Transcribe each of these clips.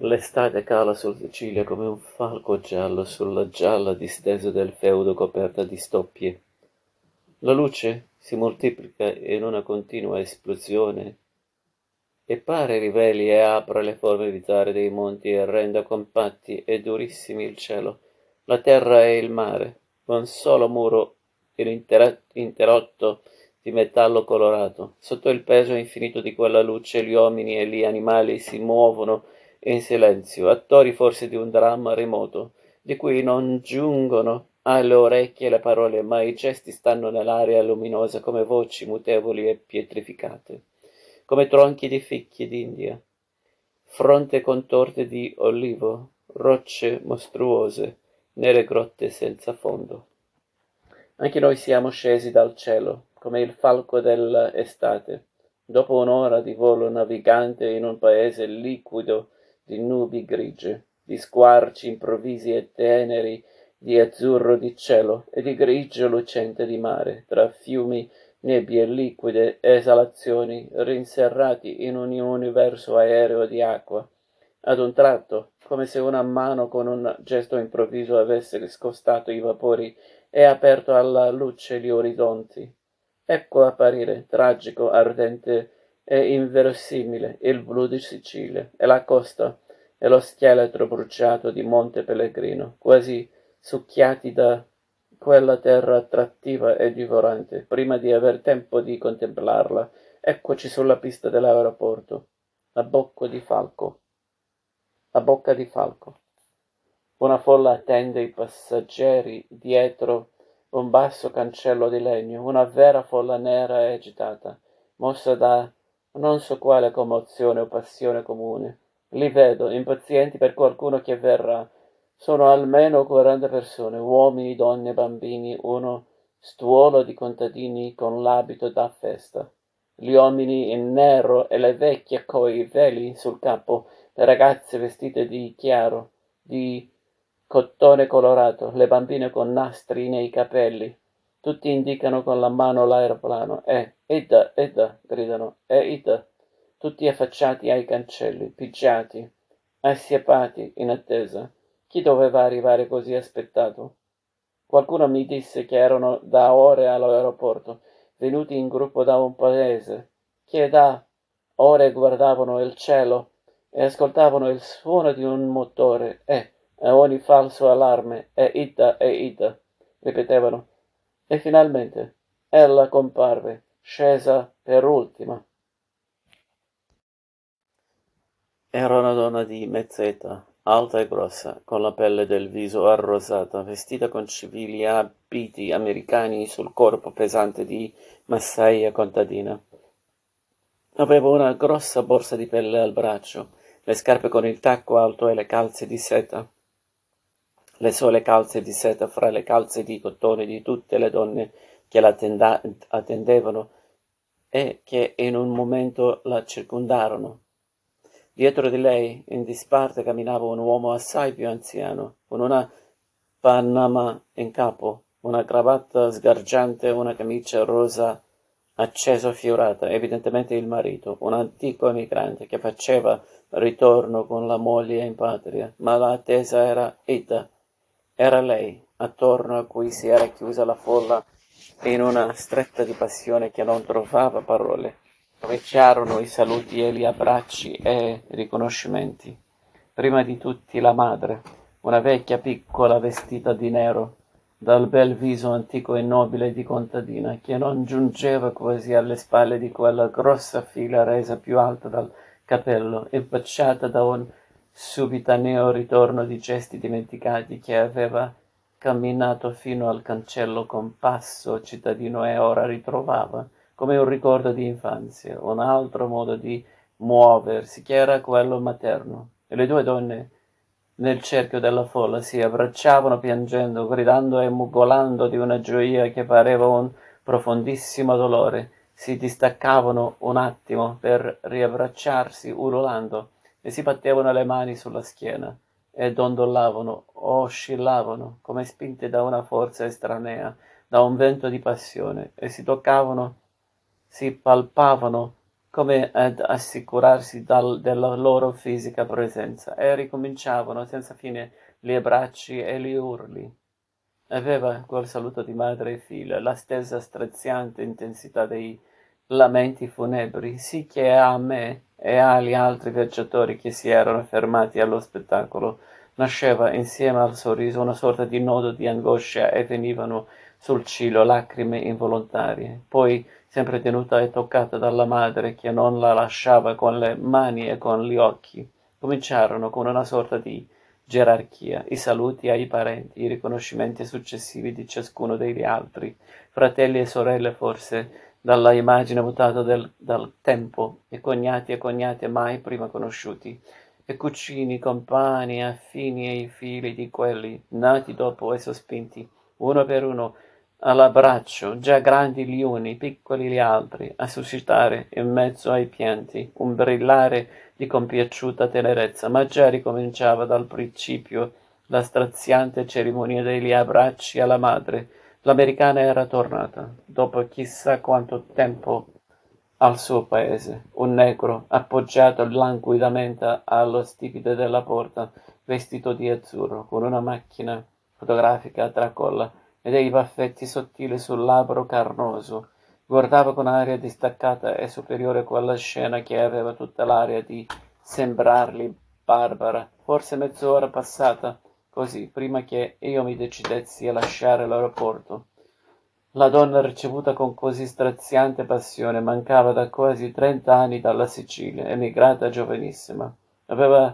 L'estate cala su Sicilia come un falco giallo sulla gialla distesa del feudo coperta di stoppie. La luce si moltiplica in una continua esplosione e pare riveli e apra le forme bizzarre dei monti e renda compatti e durissimi il cielo, la terra e il mare, un solo muro interrotto di metallo colorato. Sotto il peso infinito di quella luce gli uomini e gli animali si muovono in silenzio, attori forse di un dramma remoto, di cui non giungono alle orecchie le parole, ma i gesti stanno nell'aria luminosa come voci mutevoli e pietrificate, come tronchi di fichi d'India, fronte contorte di olivo, rocce mostruose, nere grotte senza fondo. Anche noi siamo scesi dal cielo, come il falco dell'estate, dopo un'ora di volo navigante in un paese liquido di nubi grigie, di squarci improvvisi e teneri di azzurro di cielo e di grigio lucente di mare, tra fiumi, nebbie liquide, esalazioni, rinserrati in un universo aereo di acqua. Ad un tratto, come se una mano con un gesto improvviso avesse scostato i vapori e aperto alla luce gli orizzonti. Ecco apparire, tragico, ardente e inverosimile, il blu di Sicilia e la costa e lo scheletro bruciato di Monte Pellegrino, quasi succhiati da quella terra attrattiva e divorante. Prima di aver tempo di contemplarla, eccoci sulla pista dell'aeroporto, a bocca di falco. A bocca di falco. Una folla attende i passeggeri dietro un basso cancello di legno, una vera folla nera e agitata, mossa da non so quale commozione o passione comune. Li vedo, impazienti per qualcuno che verrà. Sono almeno 40 persone, uomini, donne, bambini, uno stuolo di contadini con l'abito da festa. Gli uomini in nero e le vecchie coi veli sul capo, le ragazze vestite di chiaro, di cottone colorato, le bambine con nastri nei capelli. Tutti indicano con la mano l'aeroplano. Ida, Ida, gridano, Ida. Tutti affacciati ai cancelli, pigiati, assiepati in attesa. Chi doveva arrivare così aspettato? Qualcuno mi disse che erano da ore all'aeroporto, venuti in gruppo da un paese, che da ore guardavano il cielo e ascoltavano il suono di un motore e ogni falso allarme, Ida, ripetevano. E finalmente ella comparve, scesa per ultima. Era una donna di mezza età, alta e grossa, con la pelle del viso arrosata, vestita con civili abiti americani sul corpo pesante di massaia contadina. Aveva una grossa borsa di pelle al braccio, le scarpe con il tacco alto e le calze di seta. Le sole calze di seta fra le calze di cotone di tutte le donne che la attendevano e che in un momento la circondarono. Dietro di lei, in disparte, camminava un uomo assai più anziano, con una panama in capo, una cravatta sgargiante e una camicia rosa acceso fiorata, evidentemente il marito, un antico emigrante che faceva ritorno con la moglie in patria, ma l'attesa era Ida. Era lei, attorno a cui si era chiusa la folla in una stretta di passione che non trovava parole. Cominciarono i saluti e gli abbracci e i riconoscimenti. Prima di tutti la madre, una vecchia piccola vestita di nero, dal bel viso antico e nobile di contadina, che non giungeva quasi alle spalle di quella grossa fila resa più alta dal capello, impacciata da un subitaneo ritorno di gesti dimenticati, che aveva camminato fino al cancello con passo cittadino e ora ritrovava, come un ricordo di infanzia, un altro modo di muoversi, che era quello materno. E le due donne nel cerchio della folla si abbracciavano piangendo, gridando e mugolando di una gioia che pareva un profondissimo dolore. Si distaccavano un attimo per riabbracciarsi ululando e si battevano le mani sulla schiena e dondolavano o oscillavano come spinte da una forza estranea, da un vento di passione, e si toccavano, si palpavano come ad assicurarsi della loro fisica presenza, e ricominciavano senza fine gli abbracci e gli urli. Aveva quel saluto di madre e figlia, la stessa straziante intensità dei lamenti funebri, sì che a me e agli altri viaggiatori che si erano fermati allo spettacolo nasceva insieme al sorriso una sorta di nodo di angoscia e venivano sul cielo lacrime involontarie. Poi, sempre tenuta e toccata dalla madre che non la lasciava con le mani e con gli occhi, cominciarono con una sorta di gerarchia, i saluti ai parenti, i riconoscimenti successivi di ciascuno degli altri, fratelli e sorelle forse, dalla immagine mutata dal tempo, e cognate mai prima conosciuti, e cugini, compagni, affini ai figli di quelli, nati dopo e sospinti, uno per uno, all'abbraccio, già grandi gli uni, piccoli gli altri, a suscitare, in mezzo ai pianti, un brillare di compiaciuta tenerezza, ma già ricominciava dal principio la straziante cerimonia degli abbracci alla madre. L'americana era tornata, dopo chissà quanto tempo, al suo paese. Un negro, appoggiato languidamente allo stipite della porta, vestito di azzurro, con una macchina fotografica a tracolla e dei baffetti sottili sul labbro carnoso, guardava con aria distaccata e superiore quella scena che aveva tutta l'aria di sembrargli barbara. Forse mezz'ora passata così, prima che io mi decidessi a lasciare l'aeroporto. La donna ricevuta con così straziante passione mancava da quasi 30 anni dalla Sicilia, emigrata giovanissima. Aveva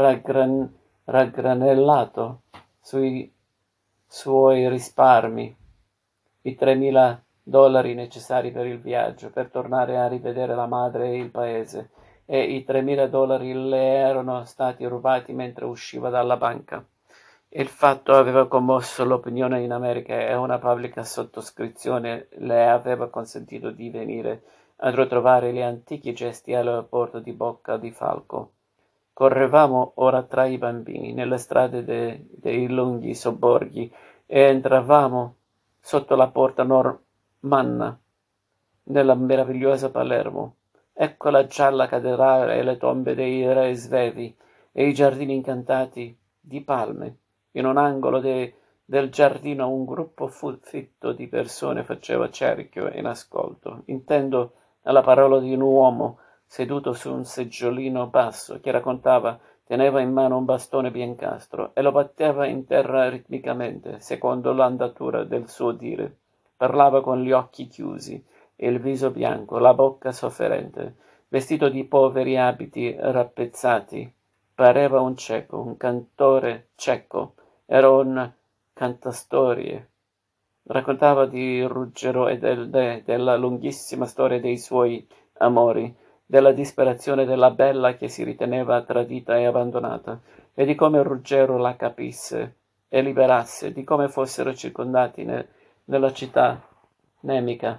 raggranellato sui suoi risparmi i 3.000 dollari necessari per il viaggio, per tornare a rivedere la madre e il paese, e i 3.000 dollari le erano stati rubati mentre usciva dalla banca. Il fatto aveva commosso l'opinione in America e una pubblica sottoscrizione le aveva consentito di venire a ritrovare gli antichi gesti all'aeroporto di Bocca di Falco. Correvamo ora tra i bambini, nelle strade dei lunghi sobborghi, e entravamo sotto la porta normanna, nella meravigliosa Palermo. Ecco la gialla cattedrale e le tombe dei re svevi e i giardini incantati di palme. In un angolo del giardino un gruppo fitto di persone faceva cerchio in ascolto. Intendo alla parola di un uomo seduto su un seggiolino basso che raccontava, teneva in mano un bastone biancastro e lo batteva in terra ritmicamente, secondo l'andatura del suo dire. Parlava con gli occhi chiusi e il viso bianco, la bocca sofferente, vestito di poveri abiti rappezzati. Pareva un cieco, un cantore cieco. Era un cantastorie. Raccontava di Ruggero e della lunghissima storia dei suoi amori, della disperazione della bella che si riteneva tradita e abbandonata, e di come Ruggero la capisse e liberasse, di come fossero circondati nella città nemica,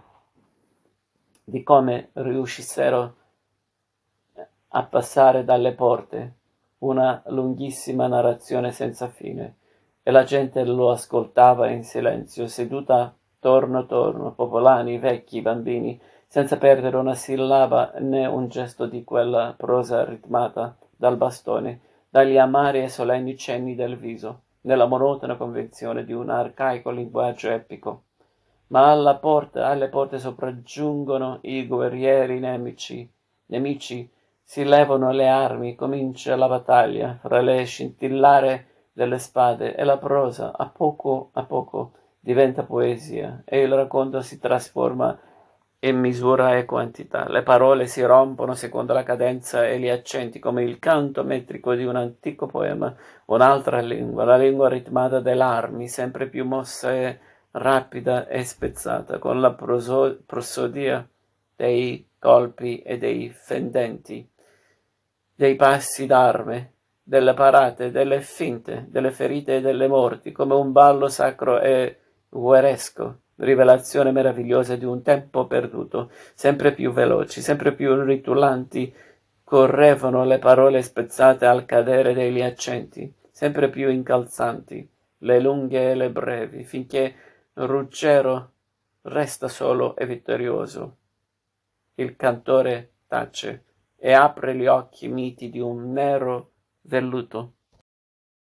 di come riuscissero a passare dalle porte, una lunghissima narrazione senza fine, e la gente lo ascoltava in silenzio, seduta torno, popolani, vecchi, bambini, senza perdere una sillaba né un gesto di quella prosa ritmata dal bastone, dagli amari e solenni cenni del viso, nella monotona convenzione di un arcaico linguaggio epico. Ma alle porte sopraggiungono i guerrieri nemici si levano le armi, comincia la battaglia fra le scintillare delle spade e la prosa, a poco, diventa poesia e il racconto si trasforma in misura e quantità. Le parole si rompono secondo la cadenza e gli accenti, come il canto metrico di un antico poema, un'altra lingua, la lingua ritmata delle armi, sempre più mossa e rapida e spezzata, con la prosodia dei colpi e dei fendenti, dei passi d'arme, delle parate, delle finte, delle ferite e delle morti, come un ballo sacro e gueresco, rivelazione meravigliosa di un tempo perduto, sempre più veloci, sempre più ritulanti, correvano le parole spezzate al cadere degli accenti, sempre più incalzanti, le lunghe e le brevi, finché Ruggero resta solo e vittorioso, il cantore tace e apre gli occhi miti di un nero velluto.